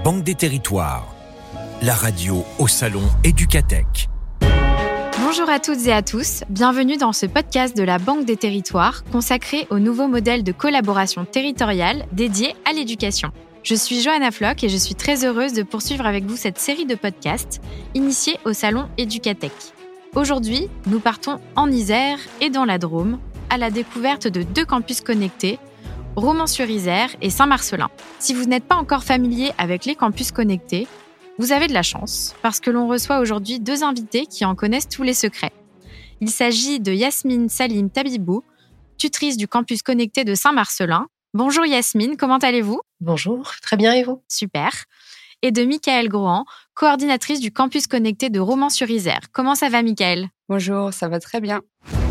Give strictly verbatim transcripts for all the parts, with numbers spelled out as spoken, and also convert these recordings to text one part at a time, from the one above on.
Banque des Territoires, la radio au salon Éducatech. Bonjour à toutes et à tous, bienvenue dans ce podcast de la Banque des Territoires consacré au nouveau modèle de collaboration territoriale dédié à l'éducation. Je suis Johanna Floch et je suis très heureuse de poursuivre avec vous cette série de podcasts initiée au salon Éducatech. Aujourd'hui, nous partons en Isère et dans la Drôme à la découverte de deux campus connectés, Romans-sur-Isère et Saint-Marcellin. Si vous n'êtes pas encore familier avec les campus connectés, vous avez de la chance parce que l'on reçoit aujourd'hui deux invités qui en connaissent tous les secrets. Il s'agit de Yasmine Salim Tabibou, tutrice du campus connecté de Saint-Marcellin. Bonjour Yasmine, comment allez-vous ? Bonjour, très bien et vous ? Super. Et de Mickaëlle Grohan, coordinatrice du campus connecté de Romans-sur-Isère. Comment ça va Mickaëlle ? Bonjour, ça va très bien.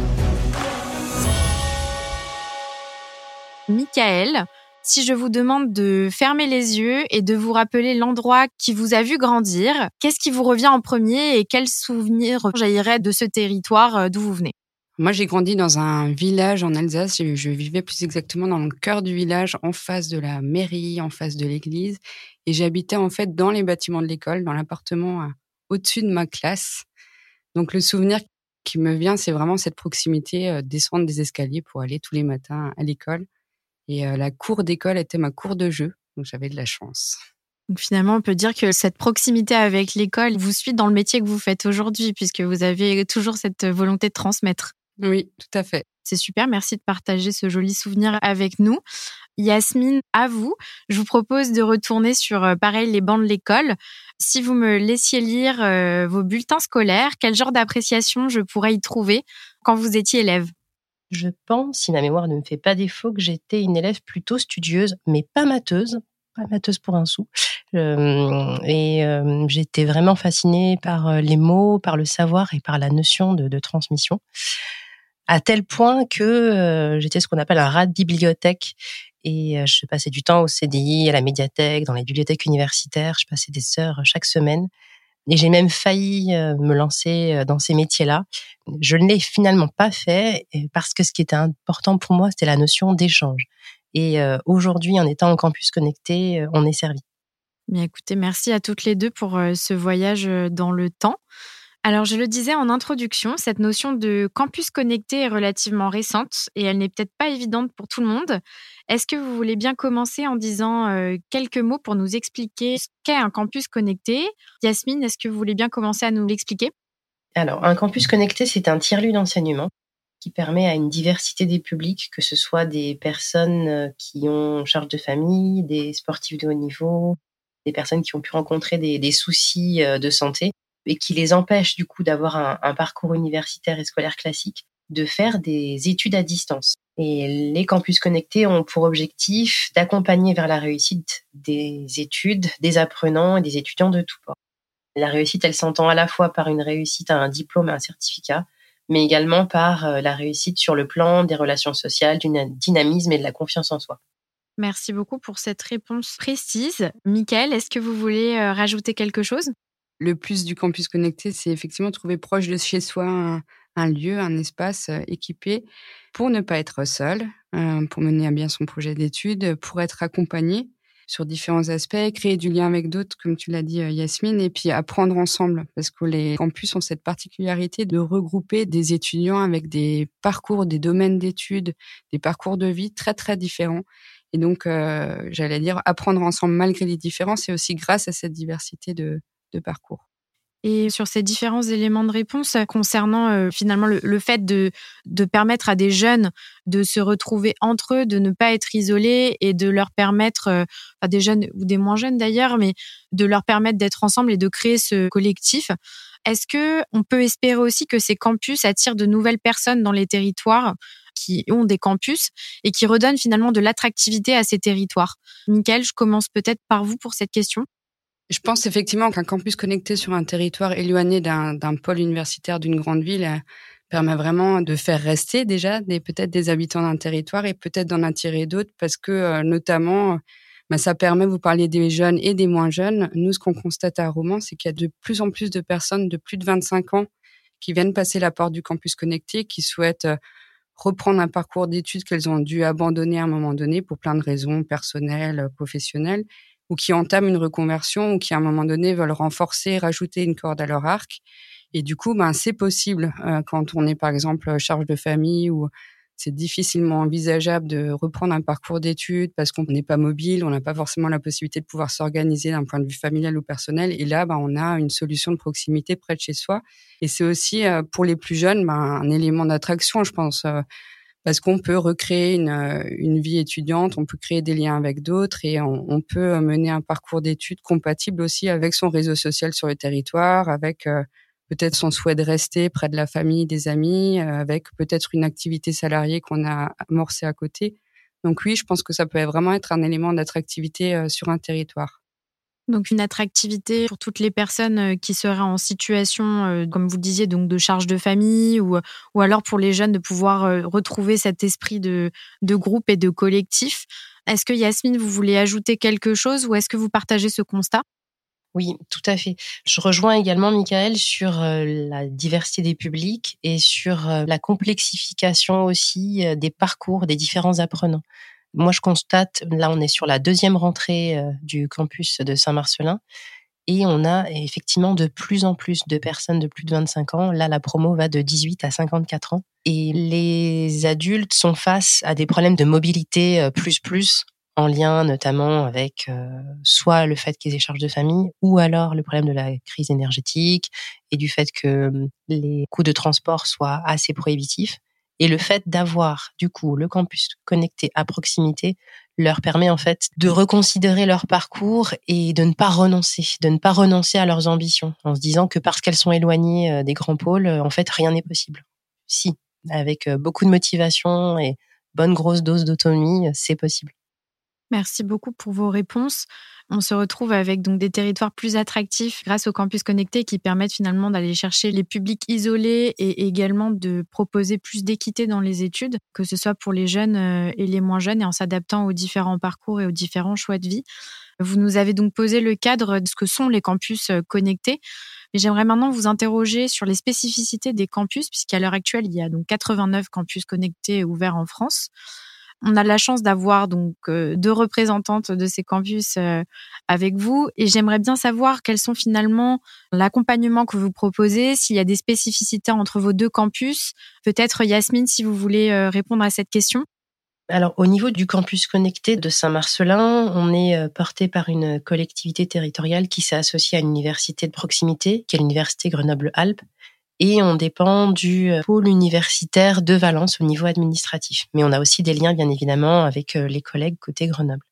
Mickaëlle, si je vous demande de fermer les yeux et de vous rappeler l'endroit qui vous a vu grandir, qu'est-ce qui vous revient en premier et quels souvenirs jaillirait de ce territoire d'où vous venez ? Moi, j'ai grandi dans un village en Alsace. Je, je vivais plus exactement dans le cœur du village, en face de la mairie, en face de l'église. Et j'habitais en fait dans les bâtiments de l'école, dans l'appartement au-dessus de ma classe. Donc le souvenir qui me vient, c'est vraiment cette proximité, euh, descendre des escaliers pour aller tous les matins à l'école. Et euh, la cour d'école était ma cour de jeu, donc j'avais de la chance. Donc finalement, on peut dire que cette proximité avec l'école vous suit dans le métier que vous faites aujourd'hui, puisque vous avez toujours cette volonté de transmettre. Oui, tout à fait. C'est super, merci de partager ce joli souvenir avec nous. Yasmine, à vous, je vous propose de retourner sur, pareil, les bancs de l'école. Si vous me laissiez lire euh, vos bulletins scolaires, quel genre d'appréciation je pourrais y trouver quand vous étiez élève ? Je pense, si ma mémoire ne me fait pas défaut, que j'étais une élève plutôt studieuse, mais pas mateuse, pas mateuse pour un sou. Euh, et euh, j'étais vraiment fascinée par les mots, par le savoir et par la notion de, de transmission, à tel point que euh, j'étais ce qu'on appelle un rat de bibliothèque. Et euh, je passais du temps au C D I, à la médiathèque, dans les bibliothèques universitaires. Je passais des heures chaque semaine. Et j'ai même failli me lancer dans ces métiers-là. Je ne l'ai finalement pas fait parce que ce qui était important pour moi, c'était la notion d'échange. Et aujourd'hui, en étant en campus connecté, on est servi. Bien, écoutez, merci à toutes les deux pour ce voyage dans le temps. Alors, je le disais en introduction, cette notion de campus connecté est relativement récente et elle n'est peut-être pas évidente pour tout le monde. Est-ce que vous voulez bien commencer en disant euh, quelques mots pour nous expliquer ce qu'est un campus connecté ? Yasmine, est-ce que vous voulez bien commencer à nous l'expliquer ? Alors, un campus connecté, c'est un tiers-lieu d'enseignement qui permet à une diversité des publics, que ce soit des personnes qui ont charge de famille, des sportifs de haut niveau, des personnes qui ont pu rencontrer des, des soucis de santé, et qui les empêche du coup d'avoir un, un parcours universitaire et scolaire classique, de faire des études à distance. Et les campus connectés ont pour objectif d'accompagner vers la réussite des études, des apprenants et des étudiants de tous bords. La réussite, elle s'entend à la fois par une réussite à un diplôme et un certificat, mais également par la réussite sur le plan des relations sociales, du dynamisme et de la confiance en soi. Merci beaucoup pour cette réponse précise. Mickaëlle, est-ce que vous voulez rajouter quelque chose ? Le plus du campus connecté, c'est effectivement trouver proche de chez soi un, un lieu, un espace euh, équipé pour ne pas être seul, euh, pour mener à bien son projet d'études, pour être accompagné sur différents aspects, créer du lien avec d'autres, comme tu l'as dit euh, Yasmine, et puis apprendre ensemble, parce que les campus ont cette particularité de regrouper des étudiants avec des parcours, des domaines d'études, des parcours de vie très très différents. Et donc, euh, j'allais dire, apprendre ensemble malgré les différences, et aussi grâce à cette diversité de de parcours. Et sur ces différents éléments de réponse concernant euh, finalement le, le fait de, de permettre à des jeunes de se retrouver entre eux, de ne pas être isolés et de leur permettre, euh, à des jeunes ou des moins jeunes d'ailleurs, mais de leur permettre d'être ensemble et de créer ce collectif, est-ce qu'on peut espérer aussi que ces campus attirent de nouvelles personnes dans les territoires qui ont des campus et qui redonnent finalement de l'attractivité à ces territoires ? Mickaëlle, je commence peut-être par vous pour cette question. Je pense effectivement qu'un campus connecté sur un territoire éloigné d'un, d'un pôle universitaire d'une grande ville euh, permet vraiment de faire rester déjà des, peut-être des habitants d'un territoire et peut-être d'en attirer d'autres parce que euh, notamment, bah, ça permet, vous parliez des jeunes et des moins jeunes. Nous, ce qu'on constate à Romans, c'est qu'il y a de plus en plus de personnes de plus de vingt-cinq ans qui viennent passer la porte du campus connecté, qui souhaitent euh, reprendre un parcours d'études qu'elles ont dû abandonner à un moment donné pour plein de raisons personnelles, professionnelles, ou qui entament une reconversion ou qui, à un moment donné, veulent renforcer, rajouter une corde à leur arc. Et du coup, ben, c'est possible euh, quand on est, par exemple, charge de famille ou c'est difficilement envisageable de reprendre un parcours d'études parce qu'on n'est pas mobile, on n'a pas forcément la possibilité de pouvoir s'organiser d'un point de vue familial ou personnel. Et là, ben, on a une solution de proximité près de chez soi. Et c'est aussi, euh, pour les plus jeunes, ben, un élément d'attraction, je pense, euh, parce qu'on peut recréer une, une vie étudiante, on peut créer des liens avec d'autres et on, on peut mener un parcours d'études compatible aussi avec son réseau social sur le territoire, avec euh, peut-être son souhait de rester près de la famille, des amis, euh, avec peut-être une activité salariée qu'on a amorcée à côté. Donc oui, je pense que ça peut vraiment être un élément d'attractivité euh, sur un territoire. Donc une attractivité pour toutes les personnes qui seraient en situation, comme vous le disiez, donc de charge de famille ou, ou alors pour les jeunes de pouvoir retrouver cet esprit de, de groupe et de collectif. Est-ce que Yasmine, vous voulez ajouter quelque chose ou est-ce que vous partagez ce constat ? Oui, tout à fait. Je rejoins également Michael sur la diversité des publics et sur la complexification aussi des parcours des différents apprenants. Moi, je constate, là, on est sur la deuxième rentrée du campus de Saint-Marcellin et on a effectivement de plus en plus de personnes de plus de vingt-cinq ans. Là, la promo va de dix-huit à cinquante-quatre ans. Et les adultes sont face à des problèmes de mobilité plus plus, en lien notamment avec euh, soit le fait qu'ils aient charge de famille ou alors le problème de la crise énergétique et du fait que les coûts de transport soient assez prohibitifs. Et le fait d'avoir, du coup, le campus connecté à proximité leur permet, en fait, de reconsidérer leur parcours et de ne pas renoncer, de ne pas renoncer à leurs ambitions, en se disant que parce qu'elles sont éloignées des grands pôles, en fait, rien n'est possible. Si, avec beaucoup de motivation et bonne grosse dose d'autonomie, c'est possible. Merci beaucoup pour vos réponses. On se retrouve avec donc des territoires plus attractifs grâce au campus connecté qui permettent finalement d'aller chercher les publics isolés et également de proposer plus d'équité dans les études, que ce soit pour les jeunes et les moins jeunes et en s'adaptant aux différents parcours et aux différents choix de vie. Vous nous avez donc posé le cadre de ce que sont les campus connectés. Mais j'aimerais maintenant vous interroger sur les spécificités des campus, puisqu'à l'heure actuelle, il y a donc quatre-vingt-neuf campus connectés ouverts en France. On a la chance d'avoir donc euh, deux représentantes de ces campus euh, avec vous et j'aimerais bien savoir quels sont finalement l'accompagnement que vous proposez, s'il y a des spécificités entre vos deux campus. Peut-être Yasmine, si vous voulez euh, répondre à cette question. Alors, au niveau du campus connecté de Saint-Marcellin, on est porté par une collectivité territoriale qui s'est associée à une université de proximité, qui est l'université Grenoble-Alpes. Et on dépend du pôle universitaire de Valence au niveau administratif. Mais on a aussi des liens, bien évidemment, avec les collègues côté Grenoble.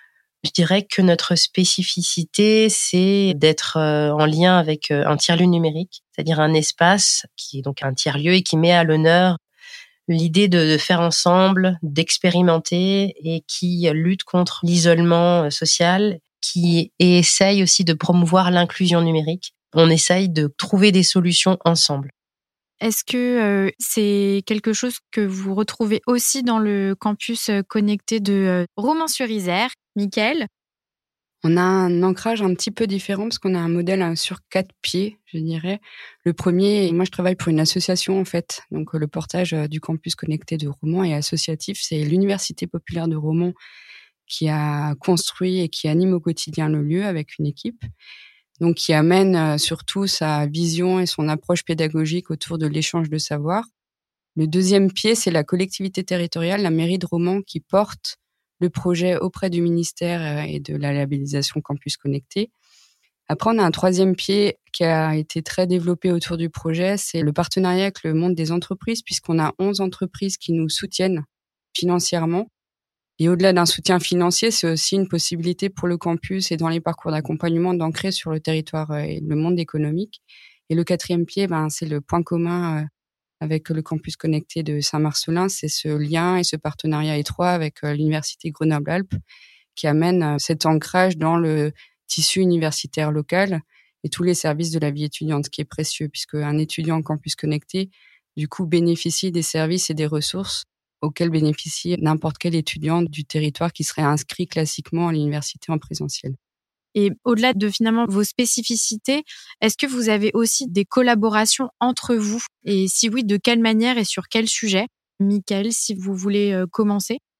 Je dirais que notre spécificité, c'est d'être en lien avec un tiers-lieu numérique, c'est-à-dire un espace qui est donc un tiers-lieu et qui met à l'honneur l'idée de faire ensemble, d'expérimenter et qui lutte contre l'isolement social, qui essaye aussi de promouvoir l'inclusion numérique. On essaye de trouver des solutions ensemble. Est-ce que euh, c'est quelque chose que vous retrouvez aussi dans le campus connecté de euh, Romans-sur-Isère, Michael ? On a un ancrage un petit peu différent parce qu'on a un modèle sur quatre pieds, je dirais. Le premier, moi je travaille pour une association en fait, donc le portage du campus connecté de Romans est associatif. C'est l'Université populaire de Romans qui a construit et qui anime au quotidien le lieu avec une équipe. Donc qui amène surtout sa vision et son approche pédagogique autour de l'échange de savoir. Le deuxième pied, c'est la collectivité territoriale, la mairie de Romans, qui porte le projet auprès du ministère et de la labellisation Campus Connecté. Après, on a un troisième pied qui a été très développé autour du projet, c'est le partenariat avec le monde des entreprises, puisqu'on a onze entreprises qui nous soutiennent financièrement. Et au-delà d'un soutien financier, c'est aussi une possibilité pour le campus et dans les parcours d'accompagnement d'ancrer sur le territoire et le monde économique. Et le quatrième pied, ben, c'est le point commun avec le campus connecté de Saint-Marcellin, c'est ce lien et ce partenariat étroit avec l'université Grenoble-Alpes qui amène cet ancrage dans le tissu universitaire local et tous les services de la vie étudiante, ce qui est précieux puisque un étudiant en campus connecté, du coup, bénéficie des services et des ressources auquel bénéficie n'importe quel étudiant du territoire qui serait inscrit classiquement à l'université en présentiel. Et au-delà de finalement vos spécificités, est-ce que vous avez aussi des collaborations entre vous ? Et si oui, de quelle manière et sur quel sujet ? Michael, si vous voulez commencer.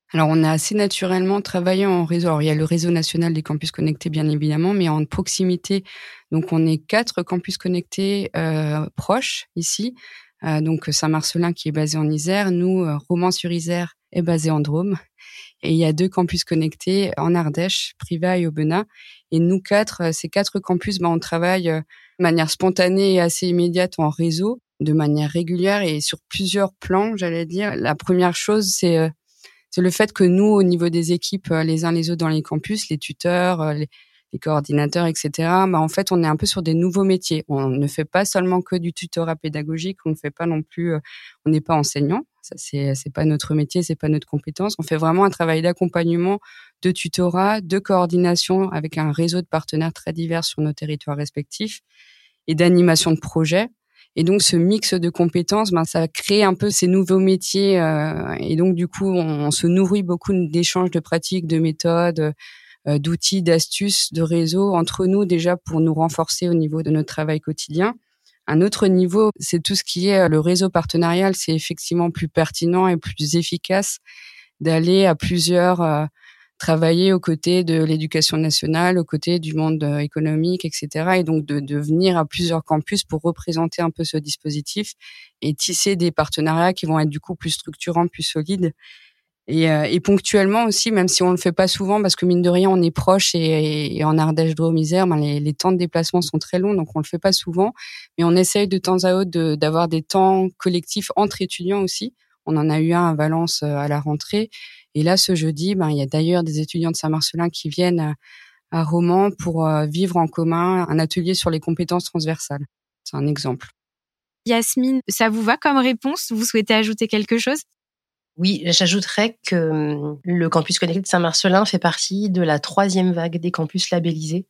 Alors, on a assez naturellement travaillé en réseau. Alors, il y a le réseau national des campus connectés, bien évidemment, mais en proximité. Donc, on est quatre campus connectés euh, proches ici. Euh, donc, Saint-Marcellin qui est basé en Isère. Nous, euh, Romans-sur-Isère est basé en Drôme. Et il y a deux campus connectés en Ardèche, Privas et Aubenas. Et nous quatre, ces quatre campus, ben, on travaille de manière spontanée et assez immédiate en réseau, de manière régulière et sur plusieurs plans, j'allais dire. La première chose, c'est... Euh, C'est le fait que nous, au niveau des équipes, les uns les autres dans les campus, les tuteurs, les, les coordinateurs, et cetera, bah, en fait, on est un peu sur des nouveaux métiers. On ne fait pas seulement que du tutorat pédagogique, on ne fait pas non plus, euh, on n'est pas enseignant. Ça, c'est, c'est pas notre métier, c'est pas notre compétence. On fait vraiment un travail d'accompagnement, de tutorat, de coordination avec un réseau de partenaires très divers sur nos territoires respectifs et d'animation de projets. Et donc, ce mix de compétences, ben, ça crée un peu ces nouveaux métiers. Euh, et donc, du coup, on, on se nourrit beaucoup d'échanges de pratiques, de méthodes, euh, d'outils, d'astuces, de réseaux entre nous déjà pour nous renforcer au niveau de notre travail quotidien. Un autre niveau, c'est tout ce qui est le réseau partenarial. C'est effectivement plus pertinent et plus efficace d'aller à plusieurs... Euh, travailler aux côtés de l'éducation nationale, aux côtés du monde économique, et cetera. Et donc de, de venir à plusieurs campus pour représenter un peu ce dispositif et tisser des partenariats qui vont être du coup plus structurants, plus solides. Et, euh, et ponctuellement aussi, même si on le fait pas souvent, parce que mine de rien, on est proche et, et en Ardèche, Drôme, Isère, ben les, les temps de déplacement sont très longs, donc on le fait pas souvent. Mais on essaye de temps à autre de, d'avoir des temps collectifs entre étudiants aussi. On en a eu un à Valence à la rentrée. Et là, ce jeudi, ben, il y a d'ailleurs des étudiants de Saint-Marcellin qui viennent à, à Romans pour euh, vivre en commun un atelier sur les compétences transversales. C'est un exemple. Yasmine, ça vous va comme réponse? Vous souhaitez ajouter quelque chose? Oui, j'ajouterais que le campus connecté de Saint-Marcellin fait partie de la troisième vague des campus labellisés.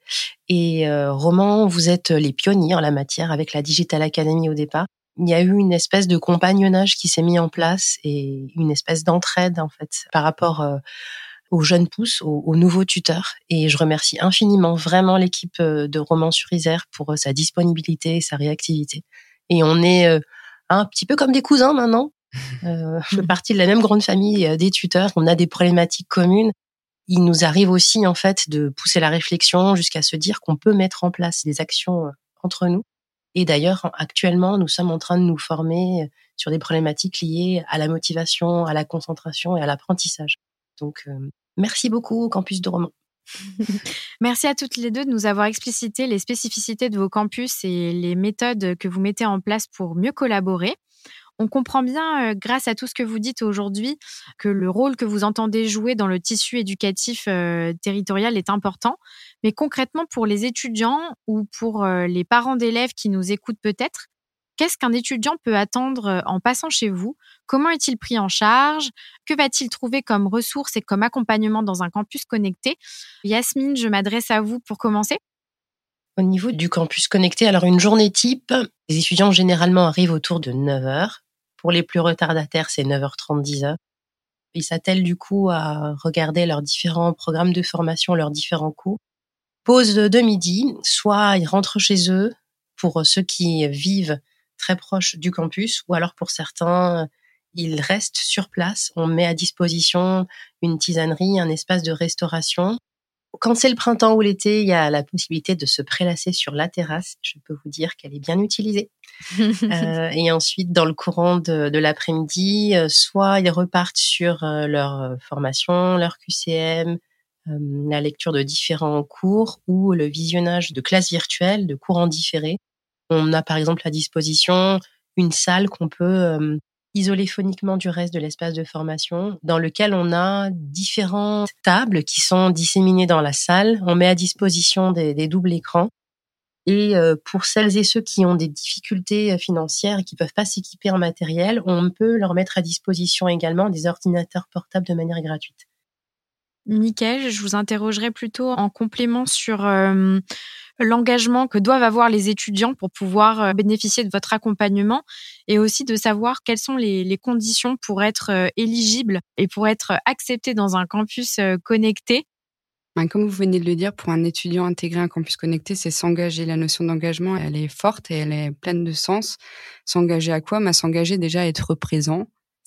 Et euh, Romans, vous êtes les pionniers en la matière avec la Digital Academy au départ. Il y a eu une espèce de compagnonnage qui s'est mis en place et une espèce d'entraide en fait par rapport euh, aux jeunes pousses, aux, aux nouveaux tuteurs. Et je remercie infiniment vraiment l'équipe de Romans-sur-Isère pour euh, sa disponibilité et sa réactivité. Et on est euh, un petit peu comme des cousins maintenant. Euh, je fais partie de la même grande famille euh, des tuteurs. On a des problématiques communes. Il nous arrive aussi en fait de pousser la réflexion jusqu'à se dire qu'on peut mettre en place des actions euh, entre nous. Et d'ailleurs, actuellement, nous sommes en train de nous former sur des problématiques liées à la motivation, à la concentration et à l'apprentissage. Donc, euh, merci beaucoup au campus de Romans. Merci à toutes les deux de nous avoir explicité les spécificités de vos campus et les méthodes que vous mettez en place pour mieux collaborer. On comprend bien, euh, grâce à tout ce que vous dites aujourd'hui, que le rôle que vous entendez jouer dans le tissu éducatif euh, territorial est important. Mais concrètement, pour les étudiants ou pour euh, les parents d'élèves qui nous écoutent peut-être, qu'est-ce qu'un étudiant peut attendre en passant chez vous? Comment est-il pris en charge? Que va-t-il trouver comme ressources et comme accompagnement dans un campus connecté? Yasmine, je m'adresse à vous pour commencer. Au niveau du campus connecté, alors une journée type, les étudiants généralement arrivent autour de neuf heures. Pour les plus retardataires, c'est neuf heures trente, dix heures. Ils s'attellent du coup à regarder leurs différents programmes de formation, leurs différents cours. Pause de midi, soit ils rentrent chez eux pour ceux qui vivent très proches du campus, ou alors pour certains, ils restent sur place. On met à disposition une tisanerie, un espace de restauration. Quand c'est le printemps ou l'été, il y a la possibilité de se prélasser sur la terrasse. Je peux vous dire qu'elle est bien utilisée. euh, et ensuite, dans le courant de, de l'après-midi, euh, soit ils repartent sur euh, leur formation, leur Q C M, euh, la lecture de différents cours ou le visionnage de classes virtuelles, de cours en différé. On a par exemple à disposition une salle qu'on peut euh, isolé phoniquement du reste de l'espace de formation, dans lequel on a différentes tables qui sont disséminées dans la salle. On met à disposition des, des doubles écrans. Et euh, pour celles et ceux qui ont des difficultés financières et qui peuvent pas s'équiper en matériel, on peut leur mettre à disposition également des ordinateurs portables de manière gratuite. Nickel, je vous interrogerai plutôt en complément sur euh, l'engagement que doivent avoir les étudiants pour pouvoir bénéficier de votre accompagnement et aussi de savoir quelles sont les, les conditions pour être euh, éligible et pour être accepté dans un campus euh, connecté. Comme vous venez de le dire, pour un étudiant intégrer un campus connecté, c'est s'engager. La notion d'engagement, elle est forte et elle est pleine de sens. S'engager à quoi? Bah, s'engager déjà à être présent.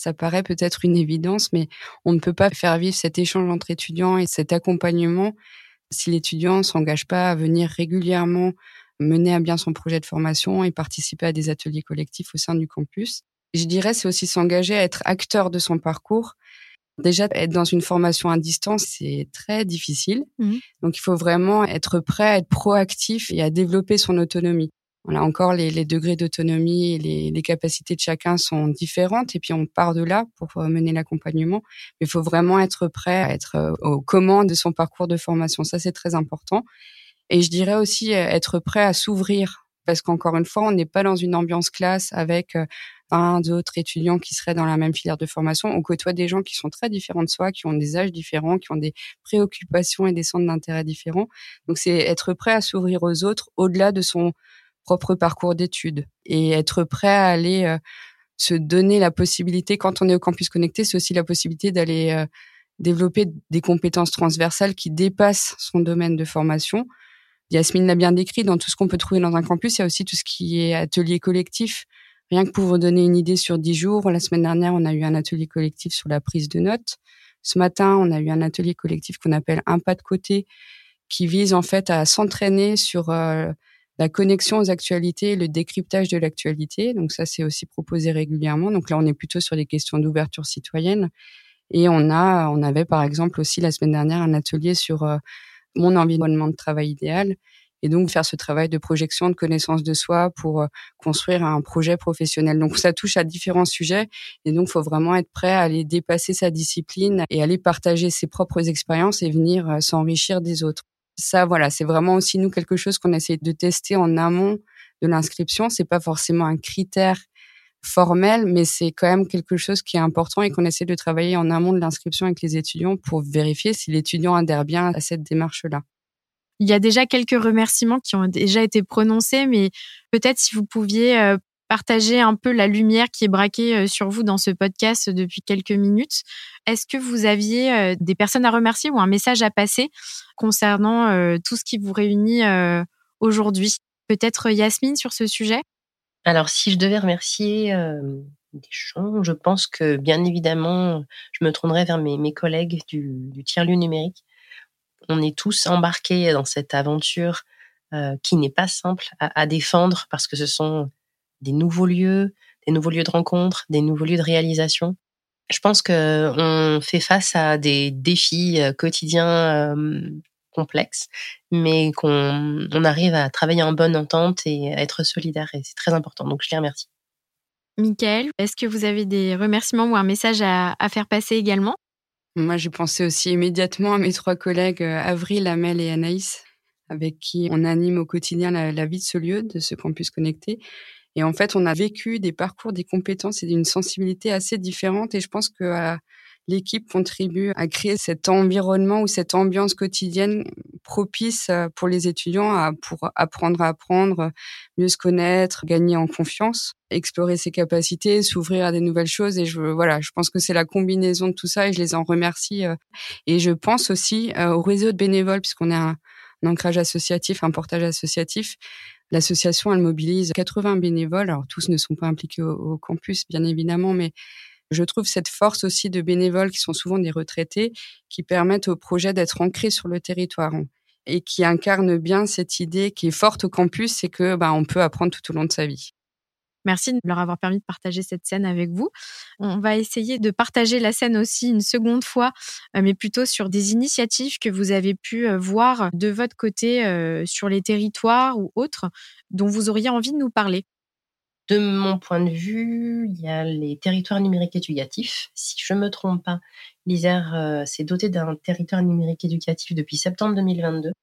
Ça paraît peut-être une évidence, mais on ne peut pas faire vivre cet échange entre étudiants et cet accompagnement si l'étudiant ne s'engage pas à venir régulièrement mener à bien son projet de formation et participer à des ateliers collectifs au sein du campus. Je dirais, c'est aussi s'engager à être acteur de son parcours. Déjà, être dans une formation à distance, c'est très difficile. Mmh. Donc, il faut vraiment être prêt à être proactif et à développer son autonomie. Voilà, encore, les, les degrés d'autonomie et les, les capacités de chacun sont différentes. Et puis, on part de là pour mener l'accompagnement. Mais il faut vraiment être prêt à être aux commandes de son parcours de formation. Ça, c'est très important. Et je dirais aussi être prêt à s'ouvrir. Parce qu'encore une fois, on n'est pas dans une ambiance classe avec vingt d'autres étudiants qui seraient dans la même filière de formation. On côtoie des gens qui sont très différents de soi, qui ont des âges différents, qui ont des préoccupations et des centres d'intérêt différents. Donc, c'est être prêt à s'ouvrir aux autres au-delà de son propre parcours d'études et être prêt à aller euh, se donner la possibilité, quand on est au campus connecté, c'est aussi la possibilité d'aller euh, développer des compétences transversales qui dépassent son domaine de formation. Yasmine l'a bien décrit, dans tout ce qu'on peut trouver dans un campus, il y a aussi tout ce qui est atelier collectif. Rien que pour vous donner une idée, sur dix jours, la semaine dernière, on a eu un atelier collectif sur la prise de notes. Ce matin, on a eu un atelier collectif qu'on appelle un pas de côté, qui vise en fait à s'entraîner sur euh, la connexion aux actualités et le décryptage de l'actualité. Donc ça, c'est aussi proposé régulièrement. Donc là, on est plutôt sur des questions d'ouverture citoyenne. Et on a, on avait par exemple aussi la semaine dernière un atelier sur euh, mon environnement de travail idéal, et donc faire ce travail de projection, de connaissance de soi pour construire un projet professionnel. Donc ça touche à différents sujets, et donc il faut vraiment être prêt à aller dépasser sa discipline et aller partager ses propres expériences et venir s'enrichir des autres. Ça, voilà, c'est vraiment aussi nous quelque chose qu'on essaie de tester en amont de l'inscription. C'est pas forcément un critère formel, mais c'est quand même quelque chose qui est important et qu'on essaie de travailler en amont de l'inscription avec les étudiants pour vérifier si l'étudiant adhère bien à cette démarche-là. Il y a déjà quelques remerciements qui ont déjà été prononcés, mais peut-être si vous pouviez partager un peu la lumière qui est braquée sur vous dans ce podcast depuis quelques minutes. Est-ce que vous aviez des personnes à remercier ou un message à passer concernant tout ce qui vous réunit aujourd'hui? Peut-être Yasmine sur ce sujet? Alors, si je devais remercier euh, des gens, je pense que, bien évidemment, je me tournerais vers mes, mes collègues du, du tiers-lieu numérique. On est tous embarqués dans cette aventure euh, qui n'est pas simple à, à défendre parce que ce sont des nouveaux lieux, des nouveaux lieux de rencontre, des nouveaux lieux de réalisation. Je pense qu'on fait face à des défis quotidiens euh, complexes, mais qu'on on arrive à travailler en bonne entente et à être solidaire, et c'est très important. Donc, je les remercie. Mickaël, est-ce que vous avez des remerciements ou un message à, à faire passer également? Moi, j'ai pensé aussi immédiatement à mes trois collègues, Avril, Amel et Anaïs, avec qui on anime au quotidien la, la vie de ce lieu, de ce campus connecté. Et en fait, on a vécu des parcours, des compétences et d'une sensibilité assez différentes. Et je pense que euh, l'équipe contribue à créer cet environnement ou cette ambiance quotidienne propice pour les étudiants à, pour apprendre à apprendre, mieux se connaître, gagner en confiance, explorer ses capacités, s'ouvrir à des nouvelles choses. Et je, voilà, je pense que c'est la combinaison de tout ça et je les en remercie. Et je pense aussi au réseau de bénévoles, puisqu'on a un, un ancrage associatif, un portage associatif. L'association, elle mobilise quatre-vingts bénévoles. Alors, tous ne sont pas impliqués au, au campus, bien évidemment, mais je trouve cette force aussi de bénévoles qui sont souvent des retraités, qui permettent au projet d'être ancré sur le territoire et qui incarnent bien cette idée qui est forte au campus, c'est que bah, on peut apprendre tout au long de sa vie. Merci de leur avoir permis de partager cette scène avec vous. On va essayer de partager la scène aussi une seconde fois, mais plutôt sur des initiatives que vous avez pu voir de votre côté sur les territoires ou autres, dont vous auriez envie de nous parler. De mon point de vue, il y a les territoires numériques éducatifs. Si je ne me trompe pas, l'Isère euh, s'est doté d'un territoire numérique éducatif depuis septembre deux mille vingt-deux.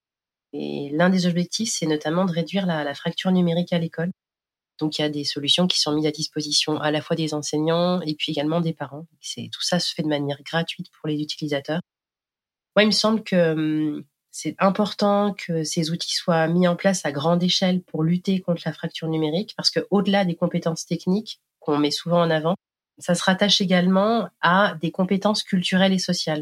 Et l'un des objectifs, c'est notamment de réduire la, la fracture numérique à l'école. Donc, il y a des solutions qui sont mises à disposition à la fois des enseignants et puis également des parents. C'est, tout ça se fait de manière gratuite pour les utilisateurs. Moi, il me semble que hum, c'est important que ces outils soient mis en place à grande échelle pour lutter contre la fracture numérique, parce qu'au-delà des compétences techniques qu'on met souvent en avant, ça se rattache également à des compétences culturelles et sociales.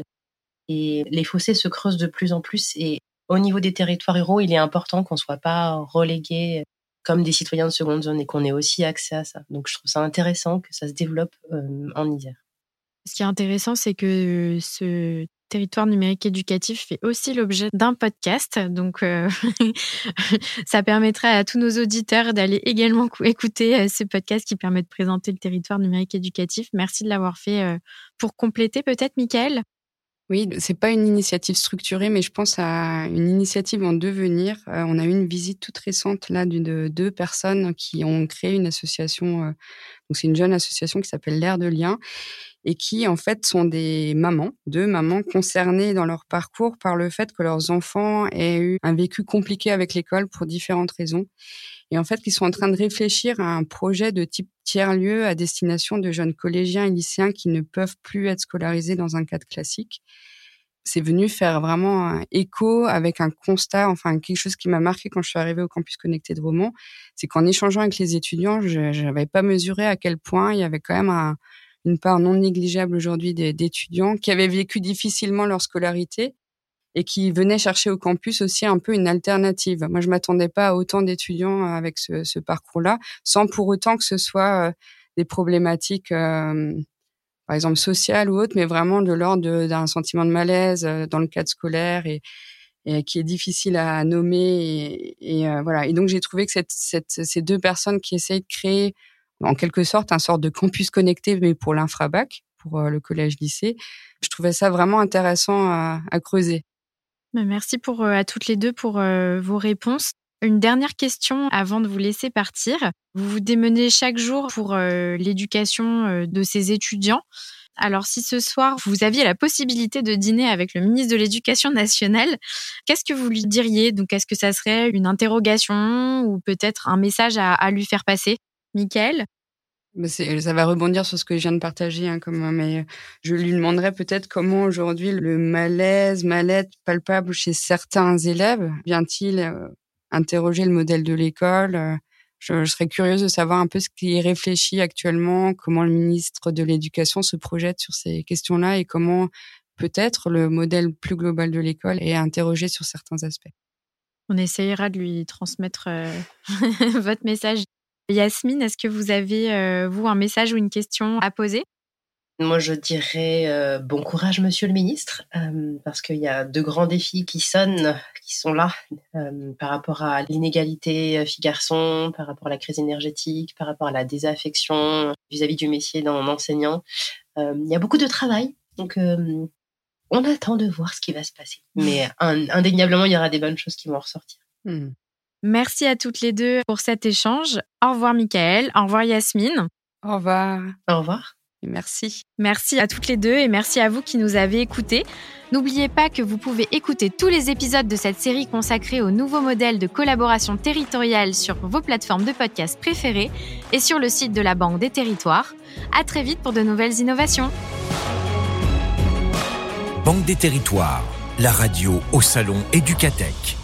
Et les fossés se creusent de plus en plus. Et au niveau des territoires ruraux, il est important qu'on ne soit pas relégués comme des citoyens de seconde zone et qu'on ait aussi accès à ça. Donc, je trouve ça intéressant que ça se développe euh, en Isère. Ce qui est intéressant, c'est que ce territoire numérique éducatif fait aussi l'objet d'un podcast. Donc, euh, ça permettrait à tous nos auditeurs d'aller également écouter ce podcast qui permet de présenter le territoire numérique éducatif. Merci de l'avoir fait euh, pour compléter peut-être, Mickaël. Oui, c'est pas une initiative structurée, mais je pense à une initiative en devenir. Euh, on a eu une visite toute récente là de deux personnes qui ont créé une association. Euh, donc c'est une jeune association qui s'appelle L'Air de Lien et qui en fait sont des mamans, deux mamans concernées dans leur parcours par le fait que leurs enfants aient eu un vécu compliqué avec l'école pour différentes raisons. Et en fait, ils sont en train de réfléchir à un projet de type tiers-lieu à destination de jeunes collégiens et lycéens qui ne peuvent plus être scolarisés dans un cadre classique. C'est venu faire vraiment un écho avec un constat, enfin quelque chose qui m'a marqué quand je suis arrivée au Campus Connecté de Romans, c'est qu'en échangeant avec les étudiants, je n'avais pas mesuré à quel point il y avait quand même un, une part non négligeable aujourd'hui d'étudiants qui avaient vécu difficilement leur scolarité et qui venaient chercher au campus aussi un peu une alternative. Moi, je m'attendais pas à autant d'étudiants avec ce, ce parcours-là, sans pour autant que ce soit euh, des problématiques, euh, par exemple sociales ou autres, mais vraiment de l'ordre de, d'un sentiment de malaise euh, dans le cadre scolaire et, et qui est difficile à nommer. Et, et euh, voilà. Et donc, j'ai trouvé que cette, cette, ces deux personnes qui essayent de créer, en quelque sorte, un sorte de campus connecté, mais pour l'infrabac, pour euh, le collège-lycée, je trouvais ça vraiment intéressant à, à creuser. Merci pour, à toutes les deux pour euh, vos réponses. Une dernière question avant de vous laisser partir. Vous vous démenez chaque jour pour euh, l'éducation euh, de ces étudiants. Alors, si ce soir, vous aviez la possibilité de dîner avec le ministre de l'Éducation nationale, qu'est-ce que vous lui diriez ? Donc, est-ce que ça serait une interrogation ou peut-être un message à, à lui faire passer ? Mickaël ? C'est, ça va rebondir sur ce que je viens de partager, hein, comme, mais je lui demanderais peut-être comment aujourd'hui le malaise, mal-être palpable chez certains élèves vient-il euh, interroger le modèle de l'école. euh, je, je serais curieuse de savoir un peu ce qui est réfléchi actuellement, comment le ministre de l'Éducation se projette sur ces questions-là et comment peut-être le modèle plus global de l'école est interrogé sur certains aspects. On essayera de lui transmettre euh, votre message. Yasmine, est-ce que vous avez, euh, vous, un message ou une question à poser ? Moi, je dirais euh, bon courage, monsieur le ministre, euh, parce qu'il y a de grands défis qui sonnent, qui sont là, euh, par rapport à l'inégalité filles-garçons, par rapport à la crise énergétique, par rapport à la désaffection vis-à-vis du métier d'enseignant. Euh, il y a beaucoup de travail, donc euh, on attend de voir ce qui va se passer. Mais un, indéniablement, il y aura des bonnes choses qui vont ressortir. Mmh. Merci à toutes les deux pour cet échange. Au revoir Mickaël, au revoir Yasmine. Au revoir. Au revoir. Et merci. Merci à toutes les deux et merci à vous qui nous avez écoutés. N'oubliez pas que vous pouvez écouter tous les épisodes de cette série consacrée au nouveau modèle de collaboration territoriale sur vos plateformes de podcast préférées et sur le site de la Banque des Territoires. À très vite pour de nouvelles innovations. Banque des Territoires, la radio au salon Éducatech.